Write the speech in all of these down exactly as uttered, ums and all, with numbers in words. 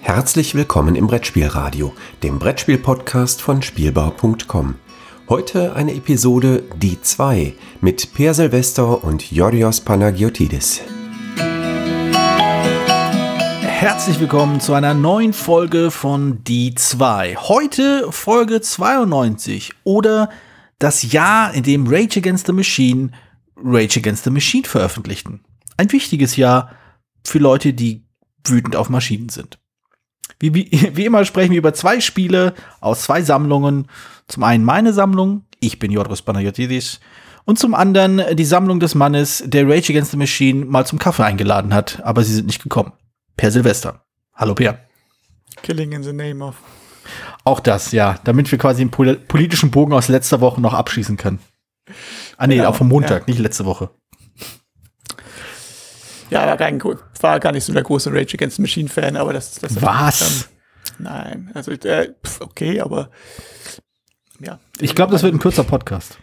Herzlich willkommen im Brettspielradio, dem Brettspiel-Podcast von Spielbau punkt com. Heute eine Episode Die zwei mit Per Silvester und Yorios Panagiotidis. Herzlich willkommen zu einer neuen Folge von Die zwei. Heute Folge zweiundneunzig oder das Jahr, in dem Rage Against the Machine Rage Against the Machine veröffentlichten. Ein wichtiges Jahr für Leute, die wütend auf Maschinen sind. Wie, wie, wie immer sprechen wir über zwei Spiele aus zwei Sammlungen. Zum einen meine Sammlung, ich bin Yorios Panagiotidis, und zum anderen die Sammlung des Mannes, der Rage Against the Machine mal zum Kaffee eingeladen hat, aber sie sind nicht gekommen. Per Silvester. Hallo Per. Killing in the name of. Auch das, ja, damit wir quasi den pol- politischen Bogen aus letzter Woche noch abschließen können. Ah nee, genau, auch vom Montag, ja. Nicht letzte Woche. Ja, war, kein, war gar nicht so der große Rage Against the Machine Fan, aber das, das Was? Ähm, nein, also äh, pf, okay, aber ja. Ich glaube, das wird ein kurzer Podcast.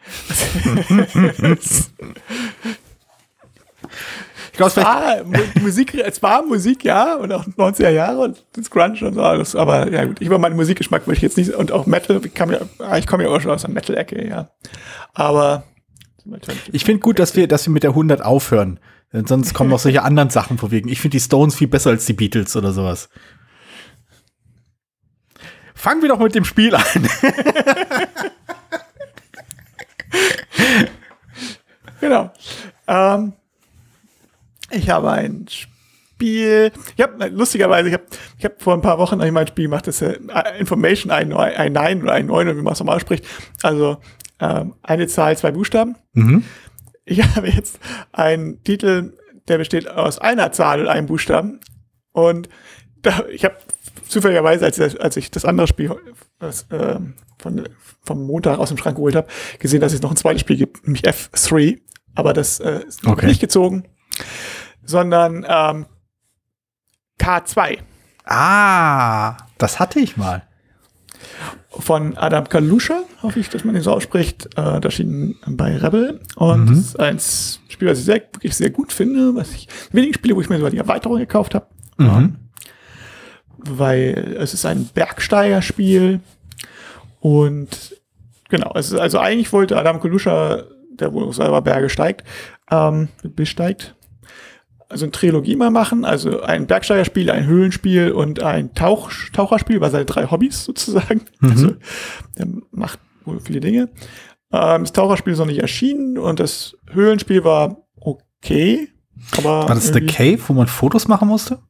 Ich glaube, es war Mu- Musik, es war Musik, ja, und auch neunziger Jahre und das Grunge und so alles, aber ja gut, ich über meinen Musikgeschmack möchte ich jetzt nicht, und auch Metal, ich, kam ja, ich komme ja auch schon aus der Metal-Ecke, ja, aber ich finde gut, dass wir, dass wir mit der hundert aufhören. Denn sonst kommen noch solche anderen Sachen vor wegen. Ich finde die Stones viel besser als die Beatles oder sowas. Fangen wir doch mit dem Spiel an. Genau. Ähm, ich habe ein Spiel. Ich habe lustigerweise, ich habe ich hab vor ein paar Wochen ein Spiel gemacht, das ist äh, Information ein neun oder ein neun, wie man es normal spricht. Also ähm, eine Zahl, zwei Buchstaben. Mhm. Ich habe jetzt einen Titel, der besteht aus einer Zahl und einem Buchstaben. Und da, ich habe zufälligerweise, als, als ich das andere Spiel das, äh, von, vom Montag aus dem Schrank geholt habe, gesehen, dass es noch ein zweites Spiel gibt, nämlich F drei. Aber das äh, ist noch okay. nicht gezogen, sondern ähm, K zwei. Ah, das hatte ich mal. Von Adam Kalusha, hoffe ich, dass man den so ausspricht. Äh, das erschien bei Rebel. Und Mhm. das ist ein Spiel, was ich sehr, wirklich sehr gut finde. Was ich, wenige Spiele, wo ich mir sogar die Erweiterung gekauft habe. Mhm. Ähm, weil es ist ein Bergsteigerspiel. Und genau, es ist, also eigentlich wollte Adam Kalusha, der wohl selber Berge steigt, ähm, besteigt, also eine Trilogie mal machen, also ein Bergsteigerspiel, ein Höhlenspiel und ein Tauch, Taucherspiel über seine drei Hobbys sozusagen. Mhm. Also der macht wohl viele Dinge. Ähm, das Taucherspiel ist noch nicht erschienen und das Höhlenspiel war okay. Aber war das The Cave, wo man Fotos machen musste?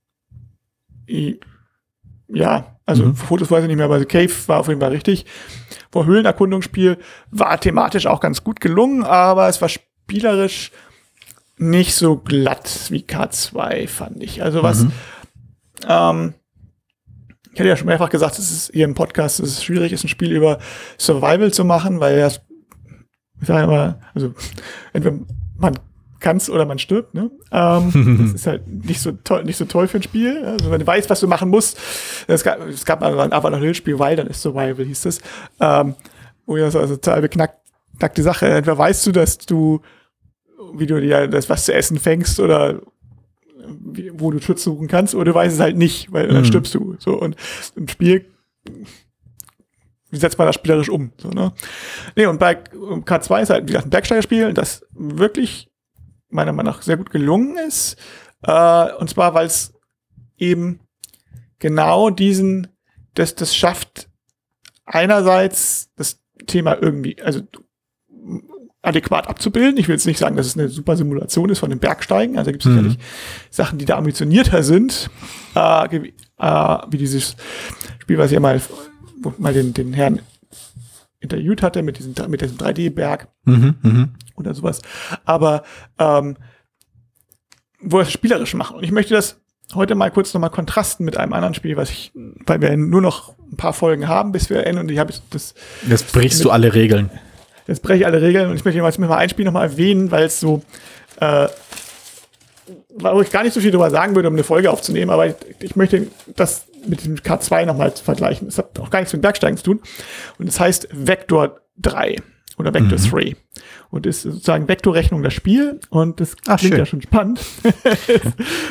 Ja, also mhm. Fotos weiß ich nicht mehr, aber The Cave war auf jeden Fall richtig. Vor Höhlenerkundungsspiel war thematisch auch ganz gut gelungen, aber es war spielerisch nicht so glatt wie K zwei, fand ich. Also was, mhm. ähm, ich hatte ja schon mehrfach gesagt, es ist hier im Podcast, es ist schwierig, ist ein Spiel über Survival zu machen, weil das, ich sage immer, also entweder man kann's oder man stirbt, ne? Ähm, das ist halt nicht so toll, nicht so toll für ein Spiel. Also wenn du weißt, was du machen musst, es gab, es gab mal ein Avalon-Hill-Spiel, weil dann ist Survival, hieß es, ähm, wo das also total beknackt, beknackte Sache. Entweder weißt du, dass du wie du dir das was zu essen fängst oder wie, wo du Schutz suchen kannst, oder du weißt es halt nicht, weil dann mhm. stirbst du. So, und im Spiel, wie setzt man das spielerisch um? So, ne? Nee, und bei K zwei ist halt, wie gesagt, ein Bergsteigerspiel, das wirklich meiner Meinung nach sehr gut gelungen ist. Äh, und zwar, weil es eben genau diesen, das, das schafft, einerseits das Thema irgendwie, also adäquat abzubilden. Ich will jetzt nicht sagen, dass es eine super Simulation ist von den Bergsteigen. Also gibt es mhm. sicherlich Sachen, die da ambitionierter sind, äh, wie, äh, wie dieses Spiel, was ich ja mal, mal den, den Herrn interviewt hatte mit diesem, mit diesem drei D-Berg mhm, mh. oder sowas. Aber ähm, wo wir es spielerisch machen. Und ich möchte das heute mal kurz nochmal kontrasten mit einem anderen Spiel, was ich, weil wir nur noch ein paar Folgen haben, bis wir enden, und ich habe das. Jetzt brichst du alle Regeln. Jetzt breche ich alle Regeln, und ich möchte jetzt mal ein Spiel nochmal erwähnen, weil es so, äh, wo ich gar nicht so viel drüber sagen würde, um eine Folge aufzunehmen, aber ich, ich möchte das mit dem K zwei nochmal vergleichen. Es hat auch gar nichts mit Bergsteigen zu tun. Und es heißt Vector drei oder Vector mhm. drei. Und ist sozusagen Vektorrechnung das Spiel. Und das Ach, klingt schön. ja schon spannend.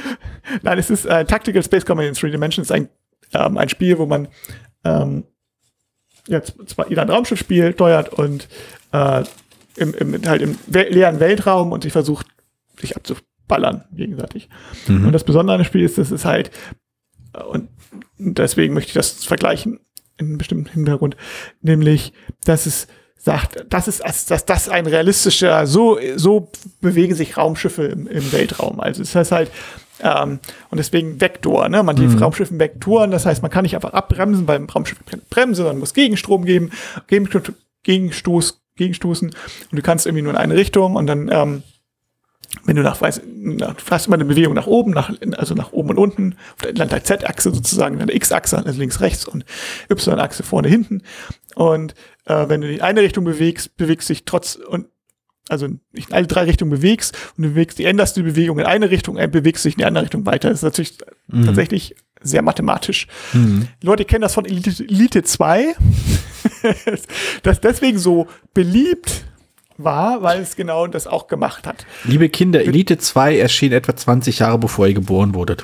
Nein, es ist äh, Tactical Space Combat in Three Dimensions, ein, ähm, ein Spiel, wo man ähm, jetzt zwar jeder ein Raumschiff spielt, steuert und äh, im, im, halt im we- leeren Weltraum und sich versucht, sich abzuballern gegenseitig. Mhm. Und das Besondere an dem Spiel ist, dass es halt, äh, und deswegen möchte ich das vergleichen in einem bestimmten Hintergrund, nämlich, dass es sagt, das ist, dass das ein realistischer, so, so bewegen sich Raumschiffe im, im Weltraum. Also das heißt halt, ähm, und deswegen Vektor, ne? Man die mhm. Raumschiffe Vektoren, das heißt, man kann nicht einfach abbremsen beim Raumschiff bremsen, sondern muss Gegenstrom geben, Gegenstoß, Gegenstoßen und du kannst irgendwie nur in eine Richtung und dann, ähm, wenn du nach, weiß, nach, hast immer eine Bewegung nach oben, nach, also nach oben und unten, auf der Z-Achse sozusagen, eine X-Achse, also links, rechts und Y-Achse vorne, hinten. Und äh, wenn du in eine Richtung bewegst, bewegst dich trotz, und also nicht in alle drei Richtungen bewegst und du bewegst die änderst die Bewegung in eine Richtung, äh, bewegst dich in die andere Richtung weiter. Das ist natürlich mhm. tatsächlich sehr mathematisch. Mhm. Die Leute kennen das von Elite, Elite zwei, das deswegen so beliebt war, weil es genau das auch gemacht hat. Liebe Kinder, Elite zwei erschien etwa zwanzig Jahre bevor ihr geboren wurdet.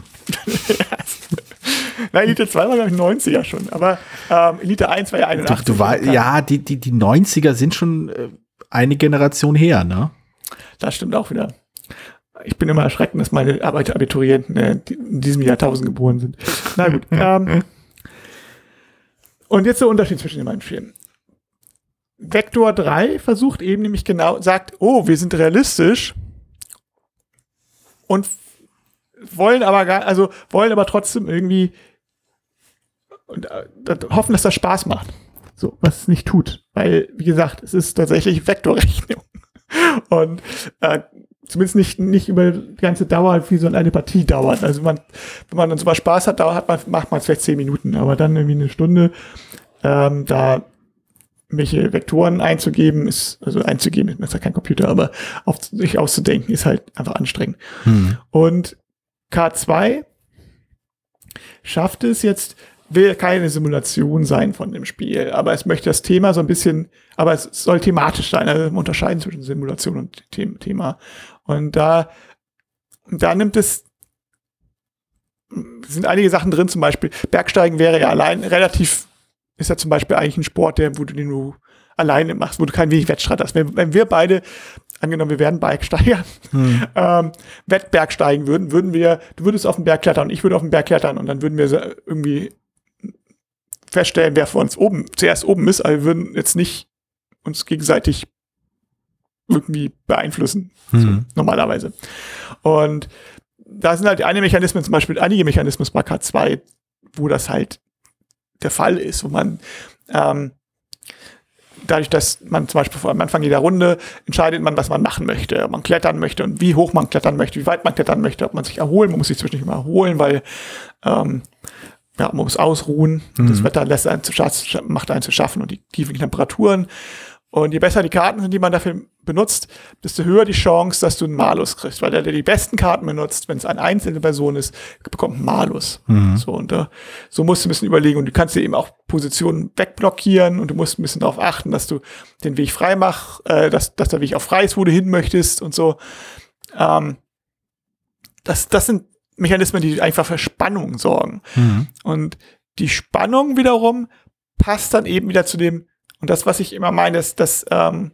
Na, Elite zwei war, glaube ich, neunziger schon, aber ähm, Elite eins war ja einundachtzig. Du, du war, ja, die, die, die neunziger sind schon äh, eine Generation her, ne? Das stimmt auch wieder. Ich bin immer erschreckend, dass meine Abiturienten äh, in diesem Jahrtausend geboren sind. Na gut. ähm, und jetzt der Unterschied zwischen den beiden Filmen. Vektor drei versucht eben nämlich genau, sagt, oh, wir sind realistisch und wollen aber gar, also wollen aber trotzdem irgendwie und, äh, hoffen, dass das Spaß macht. So, was es nicht tut. Weil, wie gesagt, es ist tatsächlich Vektorrechnung. Und äh, zumindest nicht, nicht über die ganze Dauer, wie so eine Partie dauert. Also man, wenn man dann so was Spaß hat, dauert, hat man, macht man es vielleicht zehn Minuten, aber dann irgendwie eine Stunde ähm, da welche Vektoren einzugeben, ist, also einzugeben, ist ja kein Computer, aber auf sich auszudenken, ist halt einfach anstrengend. Hm. Und K zwei schafft es jetzt, will keine Simulation sein von dem Spiel, aber es möchte das Thema so ein bisschen, aber es soll thematisch sein, also unterscheiden zwischen Simulation und The- Thema. Und da, da nimmt es, sind einige Sachen drin, zum Beispiel Bergsteigen wäre ja allein relativ, ist ja zum Beispiel eigentlich ein Sport, der, wo du den du alleine machst, wo du kein wenig Wettstreit hast. Wenn, wenn wir beide, angenommen, wir wären Bergsteiger, hm. ähm, Wettbergsteigen würden, würden wir, du würdest auf den Berg klettern und ich würde auf den Berg klettern und dann würden wir so irgendwie feststellen, wer von uns oben, zuerst oben ist, aber wir würden jetzt nicht uns gegenseitig irgendwie beeinflussen, hm. so, normalerweise. Und da sind halt einige Mechanismen, zum Beispiel einige Mechanismen bei K zwei, wo das halt der Fall ist, wo man ähm, dadurch, dass man zum Beispiel am Anfang jeder Runde entscheidet man, was man machen möchte, ob man klettern möchte und wie hoch man klettern möchte, wie weit man klettern möchte, ob man sich erholen, man muss sich zwischendurch immer erholen, weil ähm, ja, man muss ausruhen, mhm. das Wetter lässt einen zu scha- macht einen zu schaffen und die tiefen Temperaturen. Und je besser die Karten sind, die man dafür benutzt, desto höher die Chance, dass du einen Malus kriegst. Weil der, der die besten Karten benutzt, wenn es eine einzelne Person ist, bekommt einen Malus. Mhm. So, und uh, so musst du ein bisschen überlegen. Und du kannst dir eben auch Positionen wegblockieren und du musst ein bisschen darauf achten, dass du den Weg frei machst, äh, dass, dass der Weg auch frei ist, wo du hin möchtest und so. Ähm, das, das sind Mechanismen, die einfach für Spannung sorgen. Mhm. Und die Spannung wiederum passt dann eben wieder zu dem. Und das, was ich immer meine, ist, dass, ähm,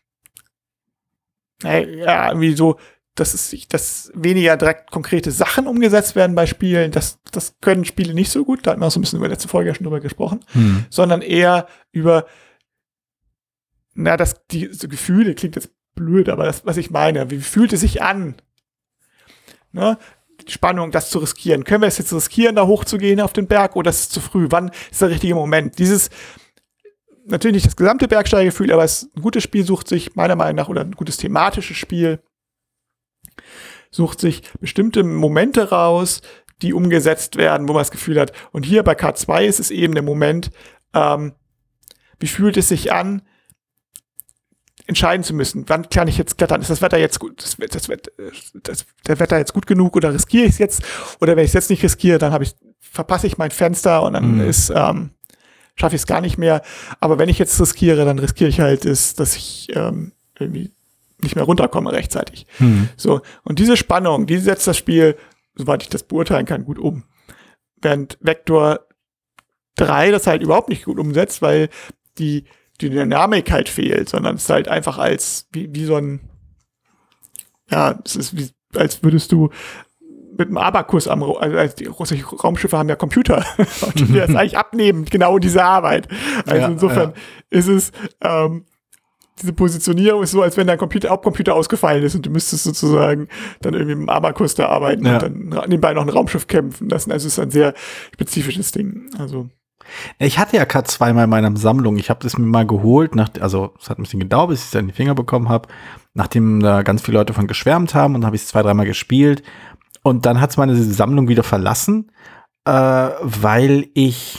ja, irgendwie so, dass es dass weniger direkt konkrete Sachen umgesetzt werden bei Spielen. Das, das können Spiele nicht so gut. Da hatten wir auch so ein bisschen über letzte Folge ja schon drüber gesprochen. Hm. Sondern eher über, na, das, die so Gefühle, klingt jetzt blöd, aber das, was ich meine, wie fühlt es sich an? Ne? Die Spannung, das zu riskieren. Können wir es jetzt riskieren, da hochzugehen auf den Berg oder ist es zu früh? Wann ist der richtige Moment? Dieses, natürlich nicht das gesamte Bergsteigefühl, aber es ein gutes Spiel sucht sich, meiner Meinung nach, oder ein gutes thematisches Spiel, sucht sich bestimmte Momente raus, die umgesetzt werden, wo man das Gefühl hat. Und hier bei K zwei ist es eben der Moment, ähm, wie fühlt es sich an, entscheiden zu müssen, wann kann ich jetzt klettern? Ist das Wetter jetzt gut, das, das, das, der Wetter jetzt gut genug oder riskiere ich es jetzt? Oder wenn ich es jetzt nicht riskiere, dann habe ich, verpasse ich mein Fenster und dann mhm. ist, ähm, schaffe ich es gar nicht mehr. Aber wenn ich jetzt riskiere, dann riskiere ich halt, ist, dass ich ähm, irgendwie nicht mehr runterkomme rechtzeitig. Mhm. So, und diese Spannung, die setzt das Spiel soweit ich das beurteilen kann, gut um. Während Vector drei das halt überhaupt nicht gut umsetzt, weil die, die Dynamik halt fehlt, sondern es ist halt einfach als, wie, wie so ein, ja, es ist wie, als würdest du mit einem Abakus am, also die russischen Raumschiffe haben ja Computer und die das eigentlich abnehmen, genau diese Arbeit. Also ja, insofern ja. ist es, ähm, diese Positionierung ist so, als wenn dein Computer, Hauptcomputer ausgefallen ist und du müsstest sozusagen dann irgendwie mit dem Abakus da arbeiten ja. und dann nebenbei noch ein Raumschiff kämpfen lassen. Also es ist ein sehr spezifisches Ding. Also ich hatte ja K zwei mal in meiner Sammlung. Ich habe das mir mal geholt, nach, also es hat ein bisschen gedauert, bis ich es in die Finger bekommen habe, nachdem da ganz viele Leute von geschwärmt haben und dann habe ich es zwei, dreimal gespielt. Und dann hat es meine Sammlung wieder verlassen, äh, weil ich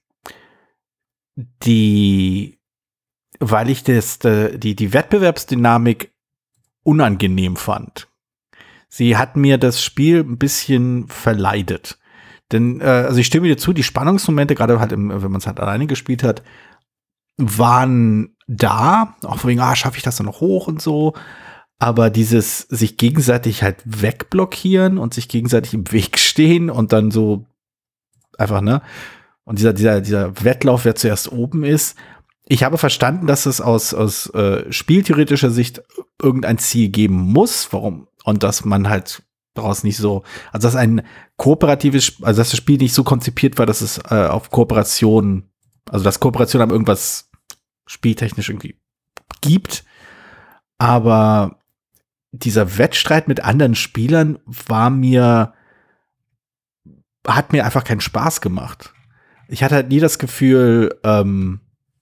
die, weil ich das, die, die Wettbewerbsdynamik unangenehm fand. Sie hat mir das Spiel ein bisschen verleidet. Denn, äh, also ich stimme dir zu, die Spannungsmomente, gerade halt, im, wenn man es halt alleine gespielt hat, waren da. Auch von wegen, ah, schaffe ich das dann noch hoch und so. Aber dieses sich gegenseitig halt wegblockieren und sich gegenseitig im Weg stehen und dann so einfach, ne? Und dieser, dieser, dieser Wettlauf, wer zuerst oben ist. Ich habe verstanden, dass es aus, aus äh, spieltheoretischer Sicht irgendein Ziel geben muss, warum, und dass man halt daraus nicht so, also dass ein kooperatives, also dass das Spiel nicht so konzipiert war, dass es äh, auf Kooperation, also dass Kooperation aber irgendwas spieltechnisch irgendwie gibt. Aber dieser Wettstreit mit anderen Spielern war mir, hat mir einfach keinen Spaß gemacht. Ich hatte halt nie das Gefühl, ähm,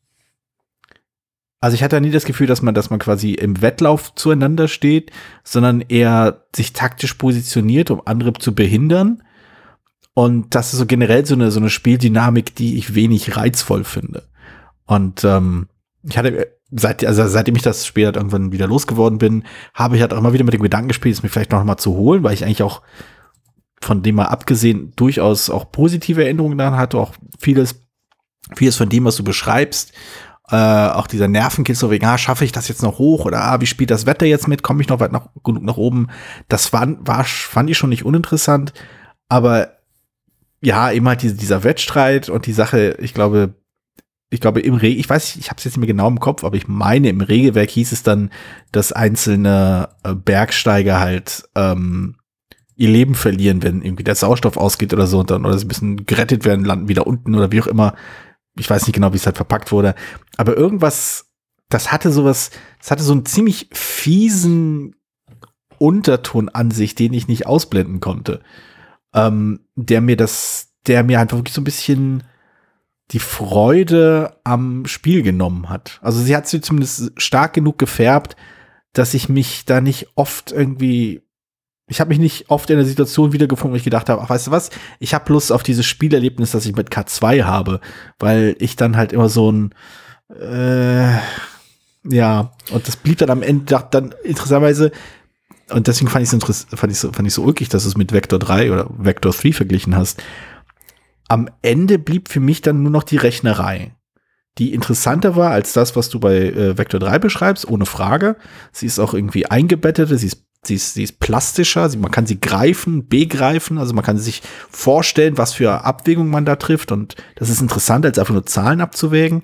also ich hatte nie das Gefühl, dass man, dass man quasi im Wettlauf zueinander steht, sondern eher sich taktisch positioniert, um andere zu behindern. Und das ist so generell so eine, so eine Spieldynamik, die ich wenig reizvoll finde. Und ähm, ich hatte Seit, also seitdem ich das Spiel halt irgendwann wieder losgeworden bin, habe ich halt auch immer wieder mit dem Gedanken gespielt, es mir vielleicht noch mal zu holen, weil ich eigentlich auch von dem mal abgesehen durchaus auch positive Erinnerungen daran hatte, auch vieles, vieles von dem, was du beschreibst, äh, auch dieser Nervenkitzel, wegen, ah, schaffe ich das jetzt noch hoch oder ah, wie spielt das Wetter jetzt mit, komme ich noch weit nach, genug nach oben, das war, war, fand ich schon nicht uninteressant, aber ja, eben halt diese, dieser Wettstreit und die Sache, ich glaube, Ich glaube, im Re ich weiß, ich habe es jetzt nicht mehr genau im Kopf, aber ich meine, im Regelwerk hieß es dann, dass einzelne äh, Bergsteiger halt ähm, ihr Leben verlieren, wenn irgendwie der Sauerstoff ausgeht oder so und dann oder sie müssen gerettet werden, landen wieder unten oder wie auch immer. Ich weiß nicht genau, wie es halt verpackt wurde. Aber irgendwas, das hatte sowas, das hatte so einen ziemlich fiesen Unterton an sich, den ich nicht ausblenden konnte. Ähm, der mir das, der mir einfach wirklich so ein bisschen die Freude am Spiel genommen hat. Also sie hat sie zumindest stark genug gefärbt, dass ich mich da nicht oft irgendwie, ich habe mich nicht oft in der Situation wiedergefunden, wo ich gedacht habe, ach, weißt du was, ich habe Lust auf dieses Spielerlebnis, das ich mit K zwei habe, weil ich dann halt immer so ein äh, ja, und das blieb dann am Ende dann interessanterweise, und deswegen fand ich es fand ich so, fand ich so ulkig, dass du es mit Vector drei oder Vector drei verglichen hast. Am Ende blieb für mich dann nur noch die Rechnerei, die interessanter war als das, was du bei äh, Vector drei beschreibst, ohne Frage. Sie ist auch irgendwie eingebetteter, sie ist, sie ist, sie ist plastischer, sie, man kann sie greifen, begreifen, also man kann sich vorstellen, was für Abwägungen man da trifft und das ist interessanter, als einfach nur Zahlen abzuwägen.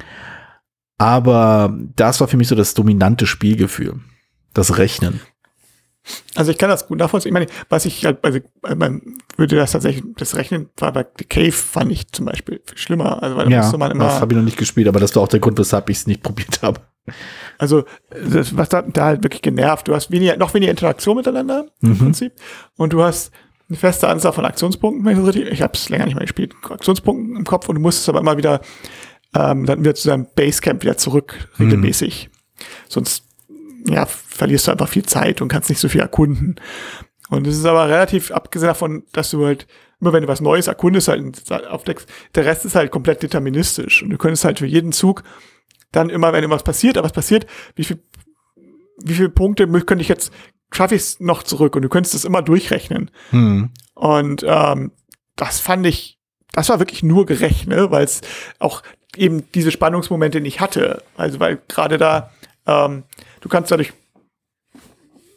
Aber das war für mich so das dominante Spielgefühl, das Rechnen. Also ich kann das gut nachvollziehen. Ich meine, was ich halt, also man würde das tatsächlich, das Rechnen war bei The Cave fand ich zum Beispiel viel schlimmer. Also weil da ja, musste man immer. Das habe ich noch nicht gespielt, aber das war auch der Grund, weshalb ich es nicht probiert habe. Also das, was da, da halt wirklich genervt. Du hast weniger, noch weniger Interaktion miteinander mhm. im Prinzip. Und du hast eine feste Anzahl von Aktionspunkten, wenn ich das richtig. Ich habe es länger nicht mehr gespielt. Aktionspunkten im Kopf und du musstest aber immer wieder ähm, dann wieder zu deinem Basecamp wieder zurück regelmäßig. Mhm. Sonst ja, verlierst du einfach viel Zeit und kannst nicht so viel erkunden. Und es ist aber relativ, abgesehen davon, dass du halt, immer wenn du was Neues erkundest, halt aufdeckst, der Rest ist halt komplett deterministisch. Und du könntest halt für jeden Zug dann immer, wenn irgendwas passiert, aber was passiert, wie viel, wie viele Punkte könnte ich jetzt, schaffe ich es noch zurück? Und du könntest das immer durchrechnen. Hm. Und ähm, das fand ich, das war wirklich nur gerecht, ne? Weil es auch eben diese Spannungsmomente nicht hatte. Also weil gerade da, ähm, du kannst dadurch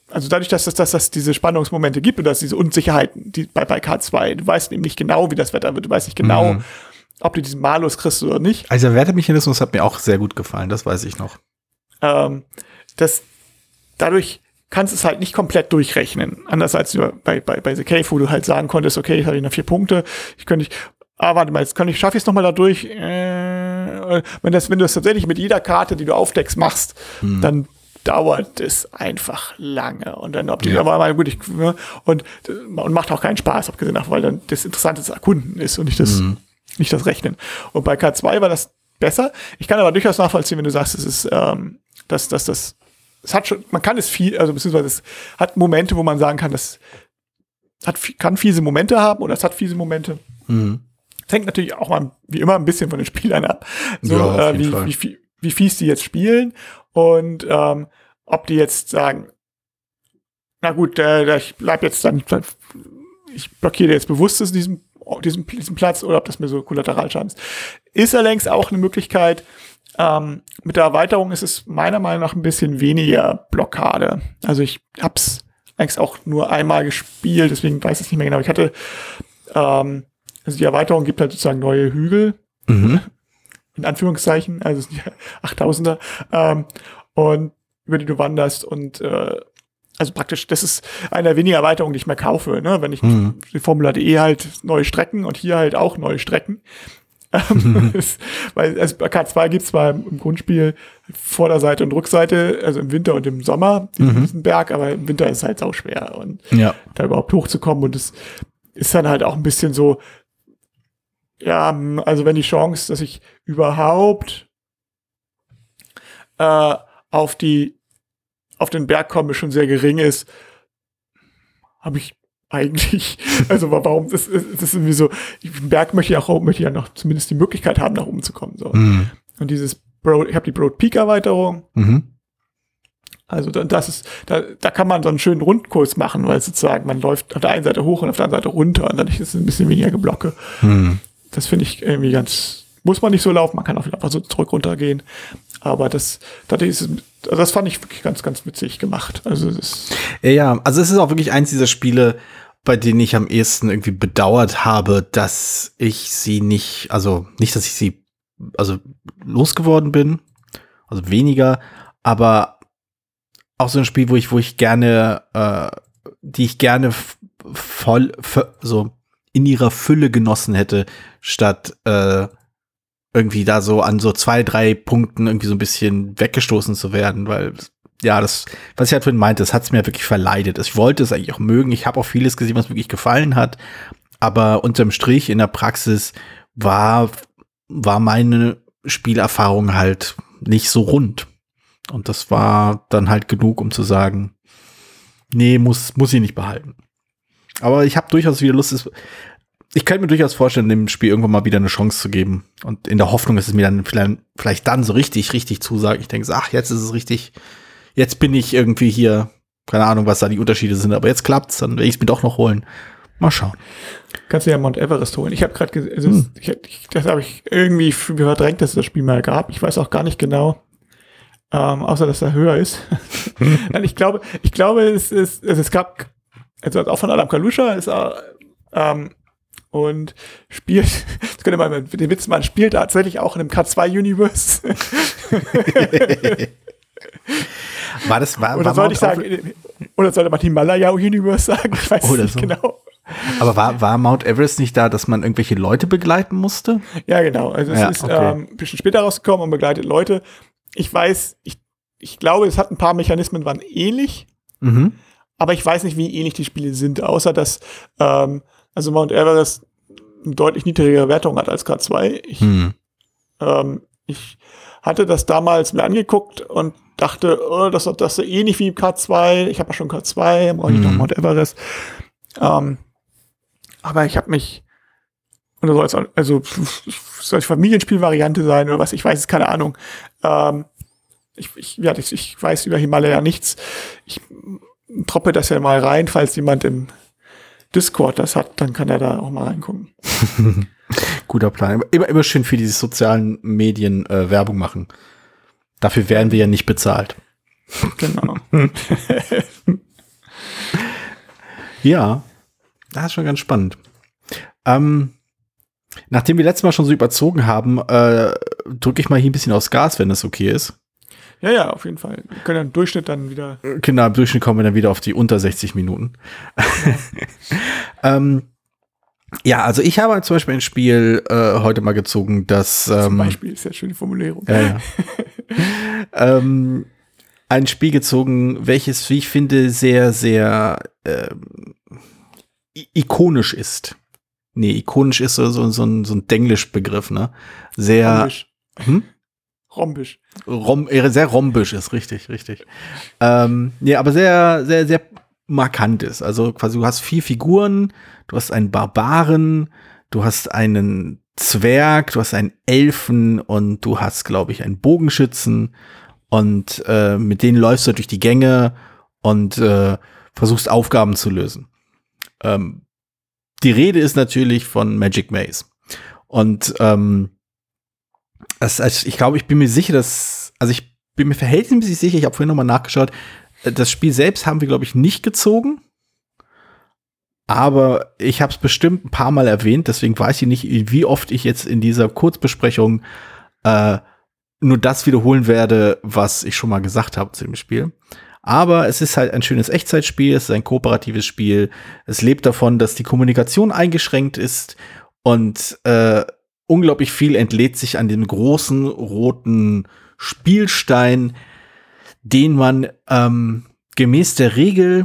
also dadurch, dass es dass, dass diese Spannungsmomente gibt und dass diese Unsicherheiten die bei, bei K zwei, du weißt eben nicht genau, wie das Wetter wird, du weißt nicht genau, mhm. ob du diesen Malus kriegst oder nicht. Also der Wertemechanismus hat mir auch sehr gut gefallen, das weiß ich noch. Ähm, das, dadurch kannst du es halt nicht komplett durchrechnen. Anders als du bei, bei, bei The Cave, wo du halt sagen konntest, okay, ich habe noch vier Punkte, ich könnte nicht, ah, warte mal, jetzt kann ich, schaffe ich es nochmal da durch. Äh, wenn, das, wenn du es tatsächlich mit jeder Karte, die du aufdeckst, machst, mhm. dann dauert es einfach lange. Und dann, ob die, ja. aber mal gut, ich, und, und macht auch keinen Spaß, abgesehen davon, weil dann das Interessante das Erkunden ist und nicht das, mhm. nicht das Rechnen. Und bei K zwei war das besser. Ich kann aber durchaus nachvollziehen, wenn du sagst, es ist, ähm, dass, dass das, es hat schon, man kann es viel, also beziehungsweise es hat Momente, wo man sagen kann, das hat, kann fiese Momente haben oder es hat fiese Momente. Mhm. Es hängt natürlich auch mal, wie immer, ein bisschen von den Spielern ab. So, ja, äh, wie, wie, wie, wie fies die jetzt spielen und ähm, ob die jetzt sagen, na gut, äh, ich bleib jetzt dann, ich blockiere jetzt bewusst diesen, diesen, diesen Platz oder ob das mir so Kollateralschaden ist. Ist allerdings auch eine Möglichkeit, ähm, mit der Erweiterung ist es meiner Meinung nach ein bisschen weniger Blockade. Also ich hab's eigentlich auch nur einmal gespielt, deswegen weiß ich es nicht mehr genau. Ich hatte, ähm, also die Erweiterung gibt halt sozusagen neue Hügel, mhm. in Anführungszeichen, also es sind ja achttausender, ähm, und über die du wanderst und äh, also praktisch, das ist eine der wenigen Erweiterungen, die ich mehr kaufe, ne? Wenn ich mhm. die Formula punkt de halt neue Strecken und hier halt auch neue Strecken. Mhm. es, weil also bei K zwei gibt es zwar im Grundspiel Vorderseite und Rückseite, also im Winter und im Sommer, mhm. diesen Berg, aber im Winter ist es halt sau schwer und ja. da überhaupt hochzukommen und es ist dann halt auch ein bisschen so, ja, also wenn die Chance, dass ich überhaupt äh, auf die auf den Berg komme, schon sehr gering ist, habe ich eigentlich, also warum, das ist, das ist irgendwie so, den Berg möchte ich auch, möchte ich ja noch zumindest die Möglichkeit haben, nach oben zu kommen, so. Mhm. Und dieses Broad, ich habe die Broad Peak Erweiterung, mhm. also das ist, da, da kann man so einen schönen Rundkurs machen, weil sozusagen man läuft auf der einen Seite hoch und auf der anderen Seite runter und dann ist es ein bisschen weniger Geblocke. Mhm. Das finde ich irgendwie ganz, muss man nicht so laufen, man kann auch wieder einfach so zurück runtergehen. Aber das, das, ist, das fand ich wirklich ganz, ganz witzig gemacht. Also das ja, also es ist auch wirklich eins dieser Spiele, bei denen ich am ehesten irgendwie bedauert habe, dass ich sie nicht, also nicht, dass ich sie also losgeworden bin, also weniger, aber auch so ein Spiel, wo ich, wo ich gerne, äh, die ich gerne voll, so in ihrer Fülle genossen hätte, statt äh, irgendwie da so an so zwei, drei Punkten irgendwie so ein bisschen weggestoßen zu werden, weil, ja, das, was ich halt vorhin meinte, das hat es mir wirklich verleidet. Ich wollte es eigentlich auch mögen, ich habe auch vieles gesehen, was mir wirklich gefallen hat, aber unterm Strich in der Praxis war, war meine Spielerfahrung halt nicht so rund. Und das war dann halt genug, um zu sagen, nee, muss, muss ich nicht behalten. Aber ich habe durchaus wieder Lust, es, ich könnte mir durchaus vorstellen, dem Spiel irgendwann mal wieder eine Chance zu geben. Und in der Hoffnung, dass es mir dann vielleicht, vielleicht dann so richtig, richtig zusagt. Ich denke, ach, jetzt ist es richtig, jetzt bin ich irgendwie hier, keine Ahnung, was da die Unterschiede sind, aber jetzt klappt's, dann werde ich es mir doch noch holen. Mal schauen. Kannst du ja Mount Everest holen. Ich habe gerade gesehen, also hm. ich, ich, das habe ich irgendwie verdrängt, dass es das Spiel mal gab. Ich weiß auch gar nicht genau, ähm, außer dass er höher ist. Nein, ich glaube, ich glaube, es ist, also es gab, also auch von Adam Kalusha ist ähm, und spielt, das könnte man mit dem Witz machen, spielt tatsächlich auch in einem K zwei Universe. War das, war, oder war sollte ich sagen, oder sollte man Himalaya Universe sagen? Ich weiß oder nicht so. genau. Aber war, war Mount Everest nicht da, dass man irgendwelche Leute begleiten musste? Ja, genau. Also es ja, ist okay. ähm, ein bisschen später rausgekommen und begleitet Leute. Ich weiß, ich, ich glaube, es hat ein paar Mechanismen, waren ähnlich. Mhm. Aber ich weiß nicht, wie ähnlich die Spiele sind, außer dass ähm, also Mount Everest eine deutlich niedrigere Wertung hat als K zwei. Ich, hm. ähm, ich hatte das damals mir angeguckt und dachte, oh, das ist das so ähnlich wie K zwei. Ich habe ja schon K zwei, brauche ich hm. noch Mount Everest. Ähm, aber ich habe mich, oder soll es also soll es Familienspielvariante sein oder was? Ich weiß es, keine Ahnung. Ähm, ich, ich, ja, ich, ich weiß über Himalaya nichts. Ich droppe das ja mal rein, falls jemand im Discord das hat, dann kann er da auch mal reingucken. Guter Plan. Immer, immer schön für diese sozialen Medien äh, Werbung machen. Dafür werden wir ja nicht bezahlt. Genau. Ja, das ist schon ganz spannend. Ähm, nachdem wir letztes Mal schon so überzogen haben, äh, drücke ich mal hier ein bisschen aufs Gas, wenn das okay ist. Ja, ja, auf jeden Fall. Wir können ja im Durchschnitt dann wieder. Genau, im Durchschnitt kommen wir dann wieder auf die unter sechzig Minuten. ähm, ja, also ich habe zum Beispiel ein Spiel äh, heute mal gezogen, das ähm, Zum Beispiel ist ja eine schöne Formulierung. Ja, ja. ähm, ein Spiel gezogen, welches, wie ich finde, sehr, sehr ähm, ikonisch ist. Nee, ikonisch ist so, so, so ein, so ein Denglisch-Begriff, ne? Sehr. Rombisch. Hm? Rombisch. Rom, sehr rombisch ist, richtig, richtig. Ähm, nee, aber sehr, sehr, sehr markant ist. Also quasi, du hast vier Figuren, du hast einen Barbaren, du hast einen Zwerg, du hast einen Elfen und du hast, glaube ich, einen Bogenschützen und äh, mit denen läufst du durch die Gänge und äh, versuchst Aufgaben zu lösen. Ähm, die Rede ist natürlich von Magic Maze. Und ähm, das, also ich glaube, ich bin mir sicher, dass, also ich bin mir verhältnismäßig sicher, ich habe vorhin nochmal nachgeschaut, das Spiel selbst haben wir, glaube ich, nicht gezogen. Aber ich habe es bestimmt ein paar Mal erwähnt, deswegen weiß ich nicht, wie oft ich jetzt in dieser Kurzbesprechung äh, nur das wiederholen werde, was ich schon mal gesagt habe zu dem Spiel. Aber es ist halt ein schönes Echtzeitspiel, es ist ein kooperatives Spiel. Es lebt davon, dass die Kommunikation eingeschränkt ist und äh, unglaublich viel entlädt sich an den großen roten Spielstein, den man ähm, gemäß der Regel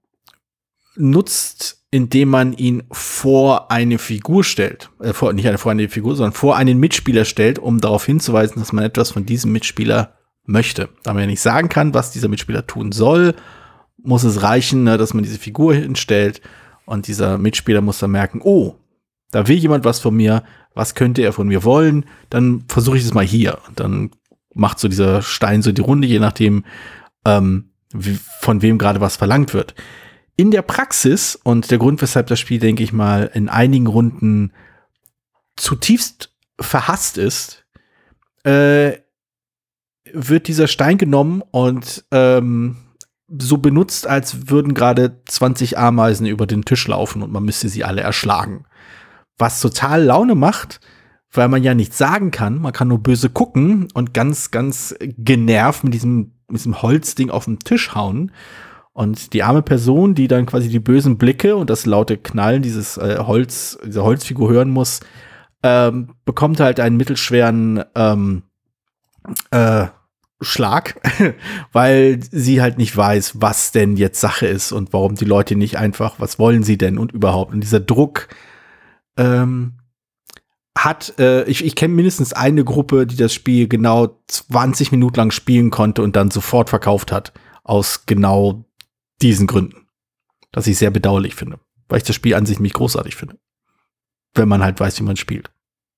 nutzt, indem man ihn vor eine Figur stellt. Äh, vor, nicht eine, vor eine Figur, sondern vor einen Mitspieler stellt, um darauf hinzuweisen, dass man etwas von diesem Mitspieler möchte. Da man ja nicht sagen kann, was dieser Mitspieler tun soll, muss es reichen, ne, dass man diese Figur hinstellt und dieser Mitspieler muss dann merken, oh, da will jemand was von mir, was könnte er von mir wollen, dann versuche ich es mal hier. Und dann macht so dieser Stein so die Runde, je nachdem, ähm, wie, von wem gerade was verlangt wird. In der Praxis, und der Grund, weshalb das Spiel, denke ich mal, in einigen Runden zutiefst verhasst ist, äh, wird dieser Stein genommen und ähm, so benutzt, als würden gerade zwanzig Ameisen über den Tisch laufen und man müsste sie alle erschlagen. Was total Laune macht, weil man ja nichts sagen kann. Man kann nur böse gucken und ganz, ganz genervt mit diesem, mit diesem Holzding auf den Tisch hauen. Und die arme Person, die dann quasi die bösen Blicke und das laute Knallen dieses äh, Holz, dieser Holzfigur hören muss, ähm, bekommt halt einen mittelschweren ähm, äh, Schlag, weil sie halt nicht weiß, was denn jetzt Sache ist und warum die Leute nicht einfach, was wollen sie denn und überhaupt. Und dieser Druck ähm, hat, äh, ich, ich kenne mindestens eine Gruppe, die das Spiel genau zwanzig Minuten lang spielen konnte und dann sofort verkauft hat, aus genau diesen Gründen. Was ich sehr bedauerlich finde, weil ich das Spiel an sich mich großartig finde. Wenn man halt weiß, wie man spielt.